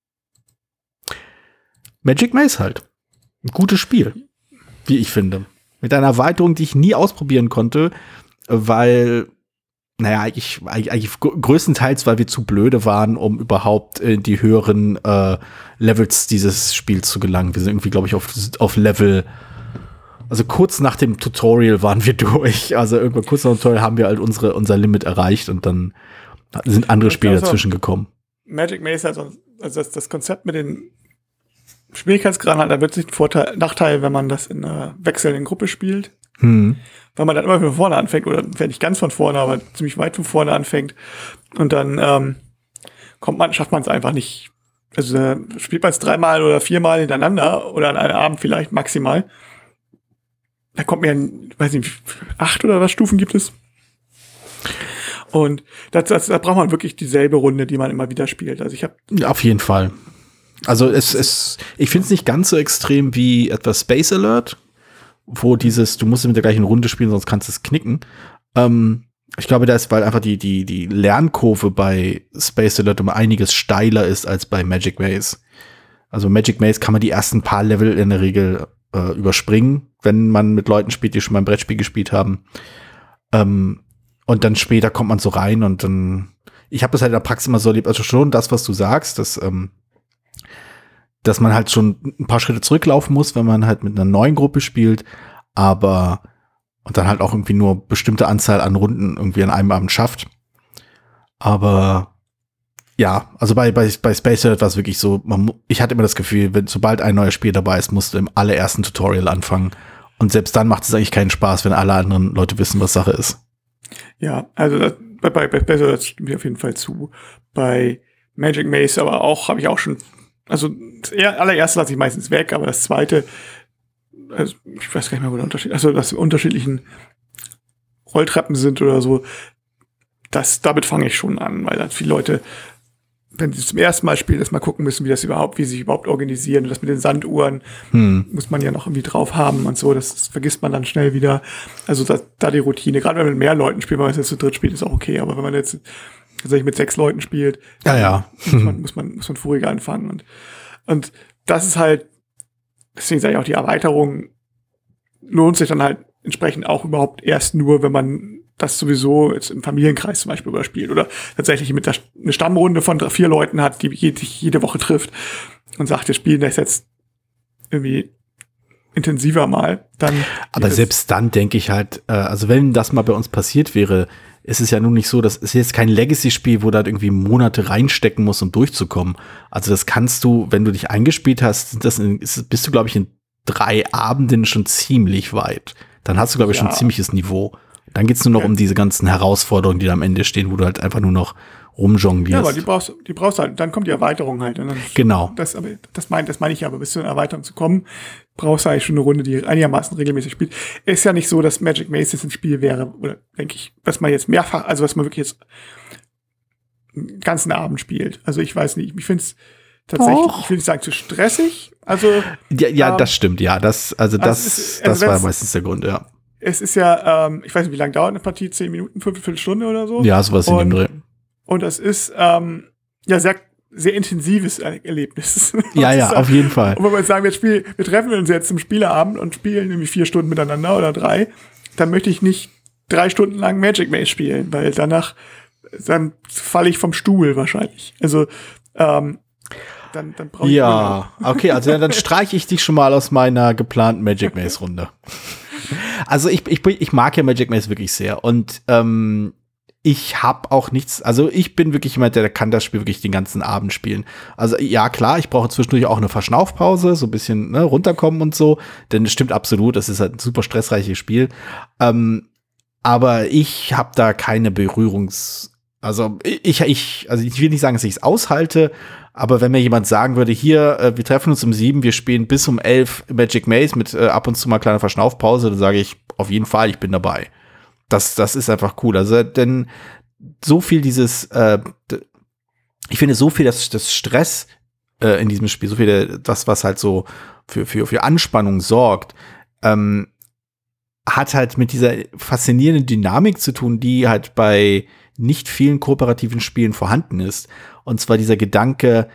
Magic Maze halt. Ein gutes Spiel, wie ich finde. Mit einer Erweiterung, die ich nie ausprobieren konnte, weil, naja, eigentlich, eigentlich größtenteils, weil wir zu blöde waren, um überhaupt in die höheren äh, Levels dieses Spiels zu gelangen. Wir sind irgendwie, glaube ich, auf, auf Level, also kurz nach dem Tutorial waren wir durch. Also irgendwann kurz nach dem Tutorial haben wir halt unsere, unser Limit erreicht und dann sind andere Spiele also dazwischen gekommen. Magic Maze, also, also das, das Konzept mit den Schwierigkeitsgraden hat da wirklich einen Vorteil, Nachteil, wenn man das in einer wechselnden Gruppe spielt. Hm. Weil man dann immer von vorne anfängt, oder wenn nicht ganz von vorne, aber ziemlich weit von vorne anfängt. Und dann ähm, kommt man, schafft man es einfach nicht. Also da spielt man es dreimal oder viermal hintereinander oder an einem Abend vielleicht maximal. Da kommt mir ein, weiß nicht, acht oder was Stufen gibt es. Und das, das, da braucht man wirklich dieselbe Runde, die man immer wieder spielt. Also ich habe auf jeden Fall. Also es es ich finde es nicht ganz so extrem wie etwas Space Alert, wo dieses, du musst mit der gleichen Runde spielen, sonst kannst du es knicken. Ähm, ich glaube, da ist, weil einfach die die die Lernkurve bei Space Alert um einiges steiler ist als bei Magic Maze. Also Magic Maze kann man die ersten paar Level in der Regel äh, überspringen, wenn man mit Leuten spielt, die schon mal ein Brettspiel gespielt haben. Ähm, und dann später kommt man so rein und dann, ich habe das halt in der Praxis immer so erlebt, also schon das, was du sagst, dass ähm, dass man halt schon ein paar Schritte zurücklaufen muss, wenn man halt mit einer neuen Gruppe spielt, aber und dann halt auch irgendwie nur bestimmte Anzahl an Runden irgendwie an einem Abend schafft. Aber ja, also bei, bei, bei Space Hulk war es wirklich so, man, ich hatte immer das Gefühl, wenn sobald ein neues Spiel dabei ist, musst du im allerersten Tutorial anfangen. Und selbst dann macht es eigentlich keinen Spaß, wenn alle anderen Leute wissen, was Sache ist. Ja, also das, bei, bei, bei Space Hulk stimme ich auf jeden Fall zu. Bei Magic Maze aber auch, habe ich auch schon, also das allererste lasse ich meistens weg, aber das zweite, also ich weiß gar nicht mehr, wo der Unterschied, also dass unterschiedlichen Rolltreppen sind oder so, das, damit fange ich schon an, weil dann viele Leute, wenn sie zum ersten Mal spielen, das mal gucken müssen, wie das überhaupt, wie sie sich überhaupt organisieren. Und das mit den Sanduhren hm. muss man ja noch irgendwie drauf haben und so. Das, das vergisst man dann schnell wieder. Also da, da die Routine. Gerade wenn man mit mehr Leuten spielt, wenn man jetzt zu dritt spielt, ist auch okay. Aber wenn man jetzt tatsächlich mit sechs Leuten spielt, ja, ja. muss man, muss man, muss man voriger anfangen. Und, und das ist halt, deswegen sage ich auch, die Erweiterung lohnt sich dann halt entsprechend auch überhaupt erst nur, wenn man das sowieso jetzt im Familienkreis zum Beispiel überspielt oder tatsächlich mit der, eine Stammrunde von drei, vier Leuten hat, die jede, jede Woche trifft und sagt, wir spielen das jetzt irgendwie intensiver mal. Dann aber selbst dann denke ich halt, äh, also wenn das mal bei uns passiert wäre, ist es ja nun nicht so, das ist jetzt kein Legacy-Spiel, wo du halt irgendwie Monate reinstecken musst, um durchzukommen. Also das kannst du, wenn du dich eingespielt hast, das in, ist, bist du, glaube ich, in drei Abenden schon ziemlich weit. Dann hast du, glaube ich, ja. schon ein ziemliches Niveau. Dann geht's nur noch ja. um diese ganzen Herausforderungen, die da am Ende stehen, wo du halt einfach nur noch rumjonglierst. Ja, aber die brauchst, die brauchst halt, dann kommt die Erweiterung halt. Und dann genau. Das, aber das meine das mein ich ja, aber bis zu einer Erweiterung zu kommen, brauchst du eigentlich schon eine Runde, die einigermaßen regelmäßig spielt. Ist ja nicht so, dass Magic Maze jetzt ein Spiel wäre, oder denke ich, was man jetzt mehrfach, also was man wirklich jetzt einen ganzen Abend spielt. Also ich weiß nicht, ich finde es tatsächlich, Och. ich will nicht sagen zu stressig. Also ja, ja ähm, das stimmt, ja. Das, also das, also ist, also das war meistens der Grund, ja. Es ist ja, ähm, ich weiß nicht, wie lange dauert eine Partie? Zehn Minuten, fünf, Viertelstunde oder so? Ja, sowas in dem Dreh. Und es ist, ähm, ja, sehr, sehr intensives Erlebnis. Ja, ja, auf jeden Fall. Und wenn wir jetzt sagen, wir, spielen, wir treffen uns jetzt zum Spieleabend und spielen irgendwie vier Stunden miteinander oder drei, dann möchte ich nicht drei Stunden lang Magic Maze spielen, weil danach, dann falle ich vom Stuhl wahrscheinlich. Also, ähm, dann, dann brauche ich Ja, okay, also dann streiche ich dich schon mal aus meiner geplanten Magic Maze Runde. Also ich, ich, ich mag ja Magic Maze wirklich sehr und ähm, ich habe auch nichts, also ich bin wirklich jemand, der kann das Spiel wirklich den ganzen Abend spielen. Also ja, klar, ich brauche zwischendurch auch eine Verschnaufpause, so ein bisschen ne, runterkommen und so, denn es stimmt absolut, das ist halt ein super stressreiches Spiel. Ähm, aber ich habe da keine Berührungs-, also ich, ich, also ich will nicht sagen, dass ich es aushalte, aber wenn mir jemand sagen würde, hier, äh, wir treffen uns um sieben, wir spielen bis um elf Magic Maze mit äh, ab und zu mal kleiner Verschnaufpause, dann sage ich auf jeden Fall, ich bin dabei. Das, das ist einfach cool. Also, denn so viel dieses, äh, ich finde so viel das, das Stress äh, in diesem Spiel, so viel das, was halt so für, für, für Anspannung sorgt, ähm, hat halt mit dieser faszinierenden Dynamik zu tun, die halt bei nicht vielen kooperativen Spielen vorhanden ist. Und zwar dieser Gedanke,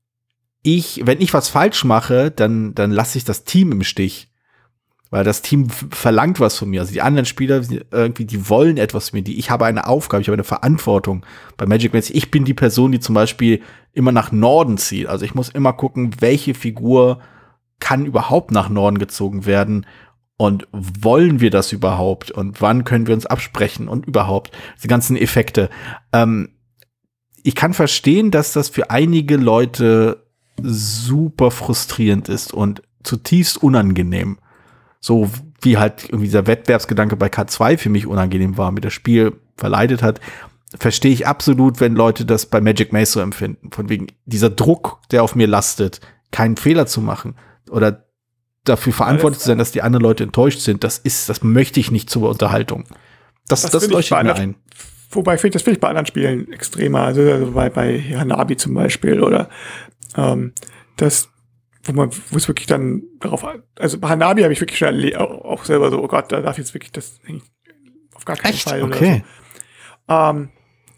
ich, wenn ich was falsch mache, dann, dann lasse ich das Team im Stich. Weil das Team verlangt was von mir. Also die anderen Spieler, irgendwie, die wollen etwas von mir. Die, ich habe eine Aufgabe, ich habe eine Verantwortung. Bei Magic Maze, ich bin die Person, die zum Beispiel immer nach Norden zieht. Also ich muss immer gucken, welche Figur kann überhaupt nach Norden gezogen werden. Und wollen wir das überhaupt? Und wann können wir uns absprechen? Und überhaupt, die ganzen Effekte. Ähm, ich kann verstehen, dass das für einige Leute super frustrierend ist und zutiefst unangenehm. So wie halt irgendwie dieser Wettbewerbsgedanke bei K zwei für mich unangenehm war, mir das Spiel verleitet hat, verstehe ich absolut, wenn Leute das bei Magic Maze so empfinden. Von wegen dieser Druck, der auf mir lastet, keinen Fehler zu machen oder dafür verantwortlich zu sein, dass die anderen Leute enttäuscht sind, das ist, das möchte ich nicht zur Unterhaltung. Das, das, das leuchtet mir ein. Wobei, find, das finde ich bei anderen Spielen extremer, also, also bei, bei Hanabi zum Beispiel oder ähm, das, wo man, wo es wirklich dann darauf, also bei Hanabi habe ich wirklich schon auch selber so, oh Gott, da darf jetzt wirklich das auf gar keinen Echt? Fall. Okay. Oder so. Ähm,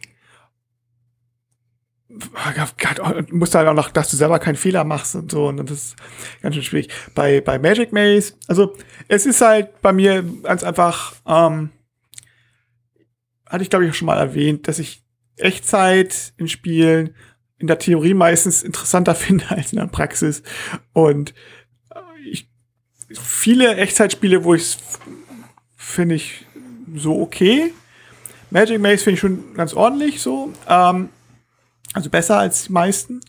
Gott, musst halt auch noch, dass du selber keinen Fehler machst und so, und das ist ganz schön schwierig. Bei, bei Magic Maze, also es ist halt bei mir ganz einfach, ähm, hatte ich glaube ich auch schon mal erwähnt, dass ich Echtzeit in Spielen in der Theorie meistens interessanter finde als in der Praxis. Und ich, viele Echtzeitspiele, wo ich finde ich so okay. Magic Maze finde ich schon ganz ordentlich so. Ähm, also besser als die meisten.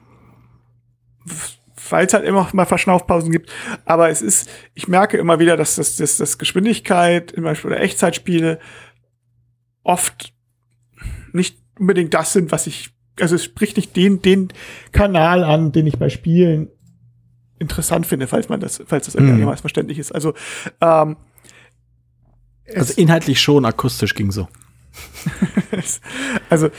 Weil es halt immer mal Verschnaufpausen gibt. Aber es ist, ich merke immer wieder, dass das, das, das Geschwindigkeit, zum Beispiel oder Echtzeitspiele, oft nicht unbedingt das sind, was ich, also es spricht nicht den, den Kanal an, den ich bei Spielen interessant finde, falls man das, falls das irgendwie Mhm. einigermaßen verständlich ist. Also, ähm, Also inhaltlich schon, akustisch ging so. also,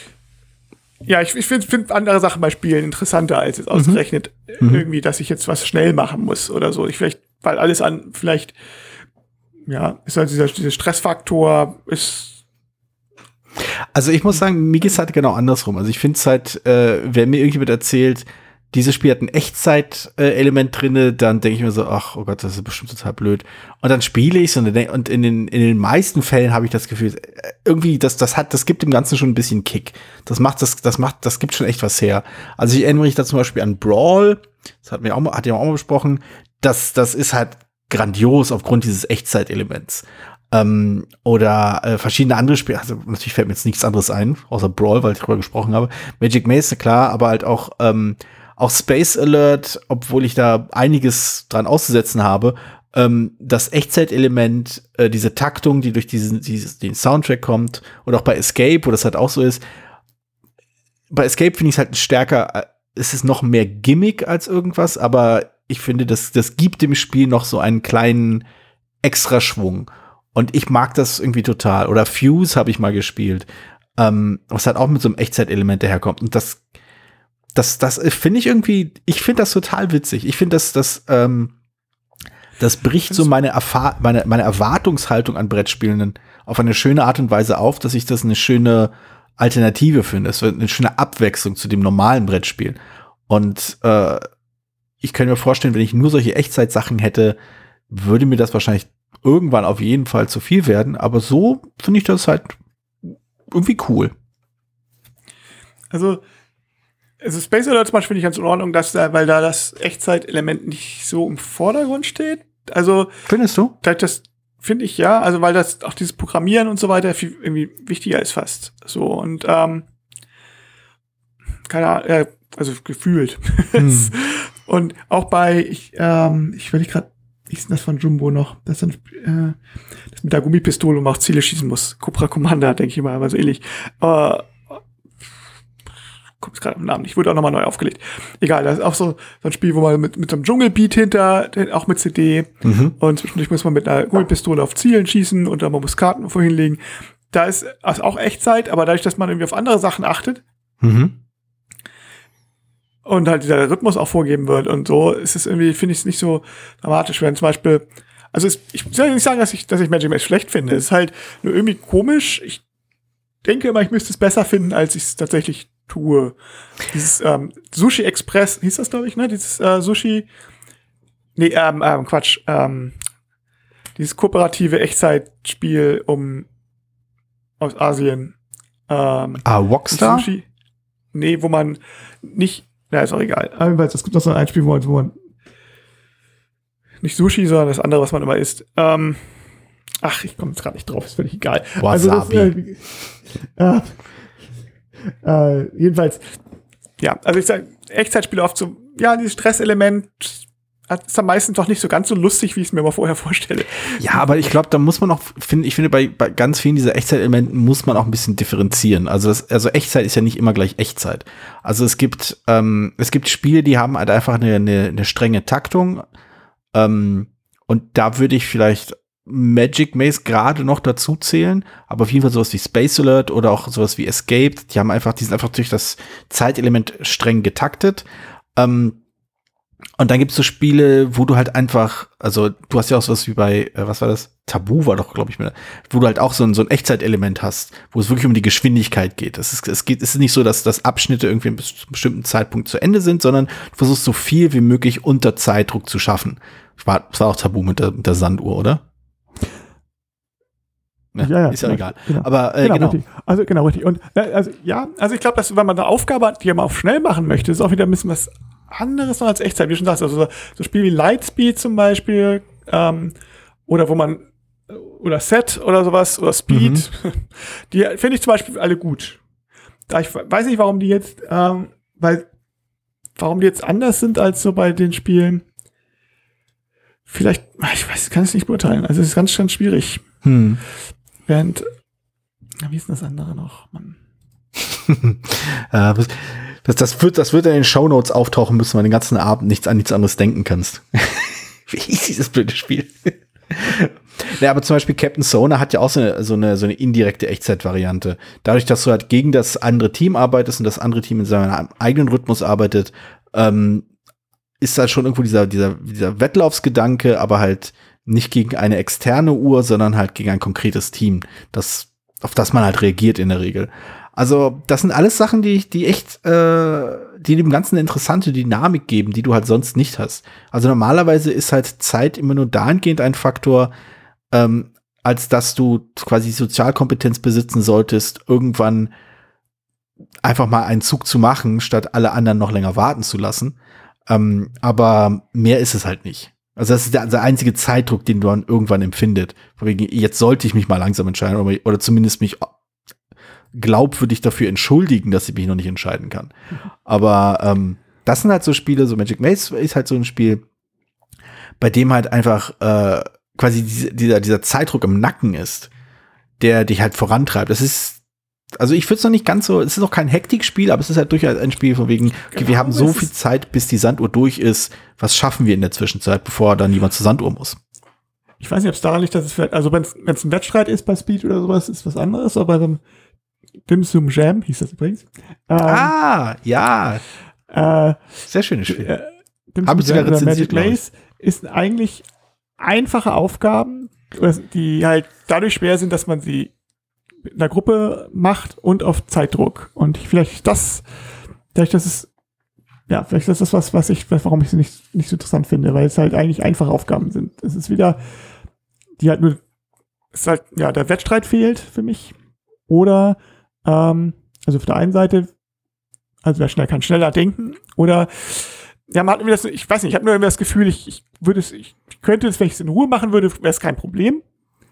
ja, ich, ich finde find andere Sachen bei Spielen interessanter, als jetzt ausgerechnet Mhm. irgendwie, dass ich jetzt was schnell machen muss oder so. Ich vielleicht, weil alles an, vielleicht, ja, ist halt dieser, dieser Stressfaktor ist. Also ich muss sagen, mir geht's halt genau andersrum. Also ich finde es halt, äh, wenn mir irgendjemand erzählt, dieses Spiel hat ein Echtzeit-Element drinne, dann denke ich mir so, ach, oh Gott, das ist bestimmt total blöd. Und dann spiele ich und, dann, und in, den, in den meisten Fällen habe ich das Gefühl, irgendwie, das, das hat, das gibt dem Ganzen schon ein bisschen Kick. Das macht, das, das macht, das gibt schon echt was her. Also ich erinnere mich da zum Beispiel an Brawl, das hatten wir auch mal, hat ja auch mal besprochen, das, das ist halt grandios aufgrund dieses Echtzeit-Elements. Ähm, oder äh, verschiedene andere Spiele, also natürlich fällt mir jetzt nichts anderes ein, außer Brawl, weil ich darüber gesprochen habe. Magic Maze, klar, aber halt auch, ähm, auch Space Alert, obwohl ich da einiges dran auszusetzen habe, ähm, das Echtzeit-Element, äh, diese Taktung, die durch diesen, dieses, den Soundtrack kommt, oder auch bei Escape, wo das halt auch so ist. Bei Escape finde ich es halt stärker, äh, es ist noch mehr Gimmick als irgendwas, aber ich finde, das, das gibt dem Spiel noch so einen kleinen Extraschwung. Und ich mag das irgendwie total. Oder Fuse habe ich mal gespielt, ähm, was halt auch mit so einem Echtzeit-Element daherkommt. Und das Das, das finde ich irgendwie, ich finde das total witzig. Ich finde, das, das, ähm, das bricht so meine, Erfahr meine, meine Erwartungshaltung an Brettspielen auf eine schöne Art und Weise auf, dass ich das eine schöne Alternative finde. Es wird eine schöne Abwechslung zu dem normalen Brettspiel. Und äh, ich könnte mir vorstellen, wenn ich nur solche Echtzeitsachen hätte, würde mir das wahrscheinlich irgendwann auf jeden Fall zu viel werden. Aber so finde ich das halt irgendwie cool. Also, Also Space Alert zum Beispiel finde ich ganz in Ordnung, dass da, weil da das Echtzeit-Element nicht so im Vordergrund steht. Also Findest du? das finde ich ja, also weil das auch dieses Programmieren und so weiter viel irgendwie wichtiger ist fast. So und ähm, keine Ahnung, äh, also gefühlt. Hm. Und auch bei, ich, ähm, ich will nicht gerade, wie ist denn das von Jumbo noch? Das ist dann, äh, das mit der Gummipistole und auch Ziele schießen muss. Cobra Commander, denke ich mal, aber so ähnlich. Äh, kommt gerade im Namen nicht, wurde auch nochmal neu aufgelegt. Egal, das ist auch so, so ein Spiel, wo man mit, mit so einem Dschungelbeat hinter, auch mit C D, mhm. und zwischendurch muss man mit einer Gummipistole auf Zielen schießen und dann man muss Karten vorhin legen. Da ist also auch Echtzeit, aber dadurch, dass man irgendwie auf andere Sachen achtet, mhm. und halt dieser Rhythmus auch vorgeben wird und so, ist es irgendwie, finde ich es nicht so dramatisch, wenn zum Beispiel, also es, ich soll nicht sagen, dass ich, dass ich Magic Maze schlecht finde, es ist halt nur irgendwie komisch. Ich denke immer, ich müsste es besser finden, als ich es tatsächlich tue. Dieses ähm, Sushi Express, hieß das, glaube ich, ne? Dieses äh, Sushi, nee, ähm, ähm, Quatsch, ähm, dieses kooperative Echtzeitspiel um aus Asien. Ähm, ah, Wokstar? Sushi, nee, wo man nicht, na, ist auch egal. Aber es gibt noch so ein Spiel, wo man, wo man nicht Sushi, sondern das andere, was man immer isst. Ähm, ach, ich komme jetzt gerade nicht drauf, ist völlig egal. Wasabi. Also das, äh, äh, jedenfalls, ja, also ich sage, Echtzeitspiele oft so, ja, dieses Stresselement ist am meisten doch nicht so ganz so lustig, wie ich es mir mal vorher vorstelle. Ja, aber ich glaube, da muss man auch, find, ich finde, bei, bei ganz vielen dieser Echtzeitelementen muss man auch ein bisschen differenzieren. Also, das, also Echtzeit ist ja nicht immer gleich Echtzeit. Also es gibt, ähm, es gibt Spiele, die haben halt einfach eine, eine, eine strenge Taktung. Ähm, und da würde ich vielleicht Magic Maze gerade noch dazu zählen, aber auf jeden Fall sowas wie Space Alert oder auch sowas wie Escape, die haben einfach, die sind einfach durch das Zeitelement streng getaktet. Ähm, und dann gibt's so Spiele, wo du halt einfach, also du hast ja auch sowas wie bei, äh, was war das? Tabu war doch, glaube ich, mit, wo du halt auch so ein, so ein Echtzeitelement hast, wo es wirklich um die Geschwindigkeit geht. Es ist, es geht, es ist nicht so, dass, dass Abschnitte irgendwie an einem bestimmten Zeitpunkt zu Ende sind, sondern du versuchst so viel wie möglich unter Zeitdruck zu schaffen. Das war, das war auch Tabu mit der, mit der Sanduhr, oder? Ja, ja, ja, ist ja genau, egal. Genau. Aber äh, genau. genau. Also genau, richtig. Und äh, also ja, also ich glaube, dass wenn man eine Aufgabe hat, die man auch schnell machen möchte, ist auch wieder ein bisschen was anderes noch als Echtzeit, wie du schon sagst. Also so, so Spiele wie Lightspeed zum Beispiel, ähm, oder wo man oder Set oder sowas oder Speed. Mhm. Die finde ich zum Beispiel alle gut. Da ich weiß nicht, warum die jetzt, ähm, weil, warum die jetzt anders sind als so bei den Spielen. Vielleicht, ich weiß, kann es nicht beurteilen. Also es ist ganz, ganz schwierig. Hm. Während, wie ist denn das andere noch? Mann. äh, das, das, wird, das wird in den Shownotes auftauchen müssen, weil den ganzen Abend nichts an nichts anderes denken kannst. Wie hieß dieses blöde Spiel? Ja, aber zum Beispiel Captain Sonar hat ja auch so eine, so eine, so eine indirekte Echtzeit-Variante. Dadurch, dass du halt gegen das andere Team arbeitest und das andere Team in seinem eigenen Rhythmus arbeitet, ähm, ist da schon irgendwo dieser, dieser, dieser Wettlaufsgedanke, aber halt nicht gegen eine externe Uhr, sondern halt gegen ein konkretes Team, das, auf das man halt reagiert in der Regel. Also, das sind alles Sachen, die, die echt, äh, die dem Ganzen eine interessante Dynamik geben, die du halt sonst nicht hast. Also normalerweise ist halt Zeit immer nur dahingehend ein Faktor, ähm, als dass du quasi Sozialkompetenz besitzen solltest, irgendwann einfach mal einen Zug zu machen, statt alle anderen noch länger warten zu lassen. Ähm, aber mehr ist es halt nicht. Also das ist der, der einzige Zeitdruck, den du dann irgendwann empfindet. Von wegen, jetzt sollte ich mich mal langsam entscheiden oder, oder zumindest mich glaubwürdig dafür entschuldigen, dass ich mich noch nicht entscheiden kann. Mhm. Aber ähm, das sind halt so Spiele, so Magic Maze ist halt so ein Spiel, bei dem halt einfach äh, quasi diese, dieser, dieser Zeitdruck im Nacken ist, der dich halt vorantreibt. Das ist, also ich würde es noch nicht ganz so, es ist noch kein Hektikspiel, aber es ist halt durchaus ein Spiel von wegen, okay, genau, wir haben so viel Zeit, bis die Sanduhr durch ist, was schaffen wir in der Zwischenzeit, bevor dann jemand zur Sanduhr muss. Ich weiß nicht, ob es daran liegt, dass es vielleicht, also wenn es ein Wettstreit ist bei Speed oder sowas, ist was anderes, aber bei so einem Dim Sum Jam hieß das übrigens. Ähm, ah, ja. Äh, Sehr schönes Spiel. Äh, Dim Habe ich sogar rezensiert, Magic Maze ist eigentlich einfache Aufgaben, die halt dadurch schwer sind, dass man sie in der Gruppe macht und auf Zeitdruck. Und vielleicht das, vielleicht das ist, ja, vielleicht ist das was, was ich, warum ich sie nicht, nicht so interessant finde, weil es halt eigentlich einfache Aufgaben sind. Es ist wieder, die halt nur, es ist halt, ja, der Wettstreit fehlt für mich. Oder, ähm, also auf der einen Seite, also wer schnell kann schneller denken, oder, ja, man hat irgendwie das, ich weiß nicht, ich habe nur immer das Gefühl, ich, ich würde es, ich könnte es, wenn ich es in Ruhe machen würde, wäre es kein Problem.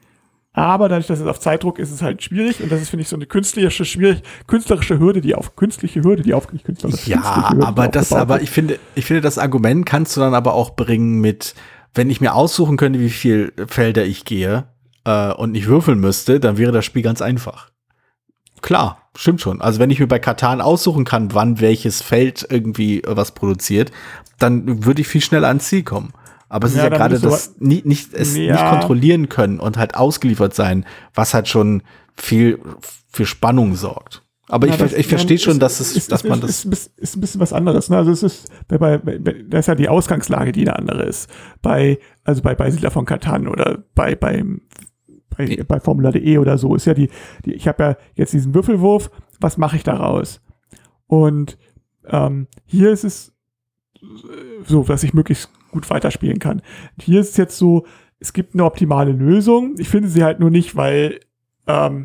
Aber dadurch, dass es auf Zeitdruck ist, ist es halt schwierig. Und das ist, finde ich, so eine künstlerische, schwierig, künstlerische Hürde, die auf, künstliche Hürde, die auf, nicht künstlerisch. Ja, Hürde, aber das, aber ich finde, ich finde, das Argument kannst du dann aber auch bringen mit, wenn ich mir aussuchen könnte, wie viel Felder ich gehe, äh, und nicht würfeln müsste, dann wäre das Spiel ganz einfach. Klar, stimmt schon. Also wenn ich mir bei Katan aussuchen kann, wann welches Feld irgendwie was produziert, dann würde ich viel schneller ans Ziel kommen. Aber es ja, ist ja gerade das nicht, nicht, es ja. nicht kontrollieren können und halt ausgeliefert sein, was halt schon viel für Spannung sorgt. Aber ja, ich, das, ich verstehe schon, ist, dass es, ist, dass ist, man das. Ist, ist ein bisschen was anderes. Ne? Also es ist, bei, bei, da ist ja die Ausgangslage, die eine andere ist. Bei, also bei, bei Siedler von Catan oder bei, bei, bei, nee. bei Formula punkt de oder so ist ja die, die ich habe ja jetzt diesen Würfelwurf, was mache ich daraus? Und ähm, hier ist es so, dass ich möglichst gut weiterspielen kann. Hier ist es jetzt so, es gibt eine optimale Lösung. Ich finde sie halt nur nicht, weil ähm,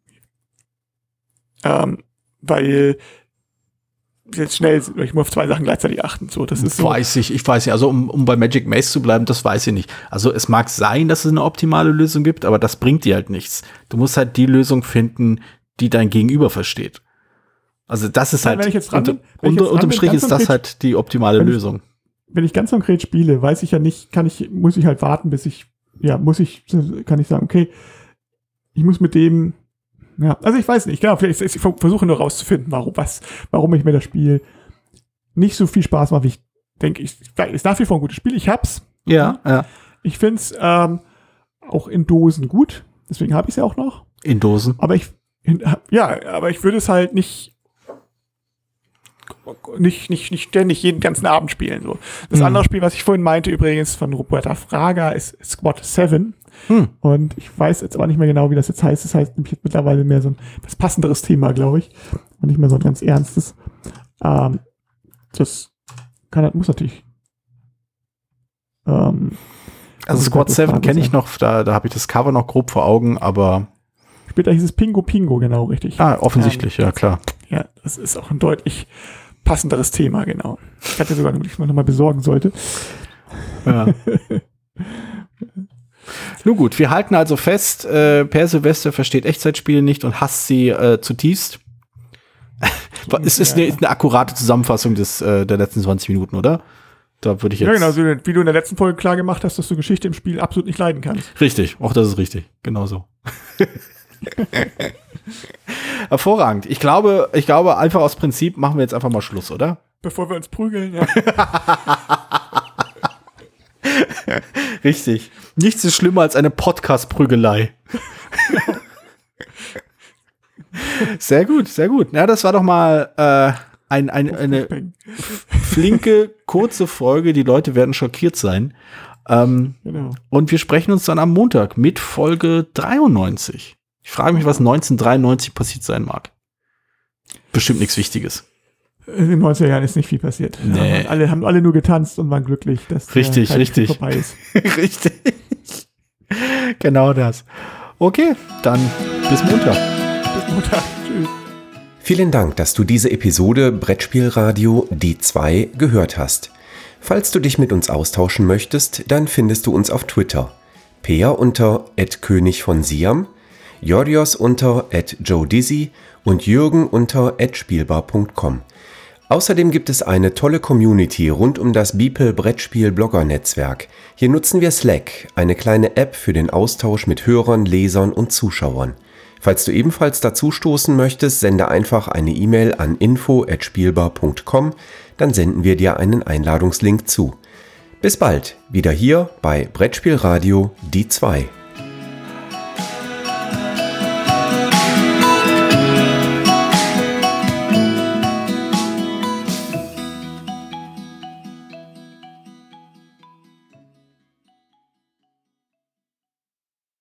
ähm, weil jetzt schnell sind, ich muss auf zwei Sachen gleichzeitig achten. So, das ist so. Weiß ich, ich weiß nicht. Also um, um bei Magic Maze zu bleiben, das weiß ich nicht. Also es mag sein, dass es eine optimale Lösung gibt, aber das bringt dir halt nichts. Du musst halt die Lösung finden, die dein Gegenüber versteht. Also das ist halt, wenn ich jetzt dran bin, unter, unter, unterm Strich ist das halt die optimale wenn Lösung. Ich, wenn ich ganz konkret spiele, weiß ich ja nicht, kann ich, muss ich halt warten, bis ich, ja, muss ich, kann ich sagen, okay, ich muss mit dem, ja, also ich weiß nicht, genau, vielleicht, ich versuche nur rauszufinden, warum, was, warum ich mir das Spiel nicht so viel Spaß macht, wie ich denke, ich, ist nach wie vor ein gutes Spiel, ich hab's. Ja, ja. Ich find's, ähm, auch in Dosen gut, deswegen habe ich es ja auch noch. In Dosen? Aber ich, in, ja, aber ich würde es halt nicht, Nicht, nicht, nicht ständig jeden ganzen Abend spielen. So. Das hm. andere Spiel, was ich vorhin meinte, übrigens von Roberta Fraga, ist Squad sieben. Hm. Und ich weiß jetzt aber nicht mehr genau, wie das jetzt heißt. Das heißt nämlich mittlerweile mehr so ein was passenderes Thema, glaube ich. Und nicht mehr so ein ganz ernstes. Ähm, das kann, muss natürlich. Ähm, also Squad sieben kenne ich noch, da, da habe ich das Cover noch grob vor Augen, aber. Später hieß es Pingo Pingo, genau, richtig. Ah, offensichtlich, ähm, ja, klar. Ja, das ist auch ein deutlich passenderes Thema, genau. Ich hatte sogar, dass ich mal nochmal besorgen sollte. Ja. Nun gut, wir halten also fest, äh, Per Silvester versteht Echtzeitspiele nicht und hasst sie äh, zutiefst. Es ist eine, ist eine akkurate Zusammenfassung des, äh, der letzten zwanzig Minuten, oder? Da würde ich jetzt. Ja, genau, so wie du in der letzten Folge klar gemacht hast, dass du Geschichte im Spiel absolut nicht leiden kannst. Richtig, auch das ist richtig, genau so. Hervorragend. Ich glaube, ich glaube, einfach aus Prinzip machen wir jetzt einfach mal Schluss, oder? Bevor wir uns prügeln, ja. Richtig. Nichts ist schlimmer als eine Podcast-Prügelei. Sehr gut, sehr gut. Ja, das war doch mal äh, ein, ein, eine flinke, kurze Folge. Die Leute werden schockiert sein. Ähm, genau. Und wir sprechen uns dann am Montag mit Folge dreiundneunzig. Ich frage mich, was neunzehnhundertdreiundneunzig passiert sein mag. Bestimmt nichts Wichtiges. In den neunziger Jahren ist nicht viel passiert. Nee. Ja, alle haben alle nur getanzt und waren glücklich, dass richtig, der richtig. vorbei ist. Richtig. Genau das. Okay, dann bis Montag. Bis Montag. Tschüss. Vielen Dank, dass du diese Episode Brettspielradio die zwei gehört hast. Falls du dich mit uns austauschen möchtest, dann findest du uns auf Twitter. Peer unter at König von Siam, Jorios unter at Joe Dizzy und Jürgen unter at spielbar punkt com. Außerdem gibt es eine tolle Community rund um das Beeple Brettspiel-Blogger-Netzwerk. Hier nutzen wir Slack, eine kleine App für den Austausch mit Hörern, Lesern und Zuschauern. Falls du ebenfalls dazu stoßen möchtest, sende einfach eine E-Mail an info at spielbar punkt com, dann senden wir dir einen Einladungslink zu. Bis bald, wieder hier bei Brettspielradio die zwei.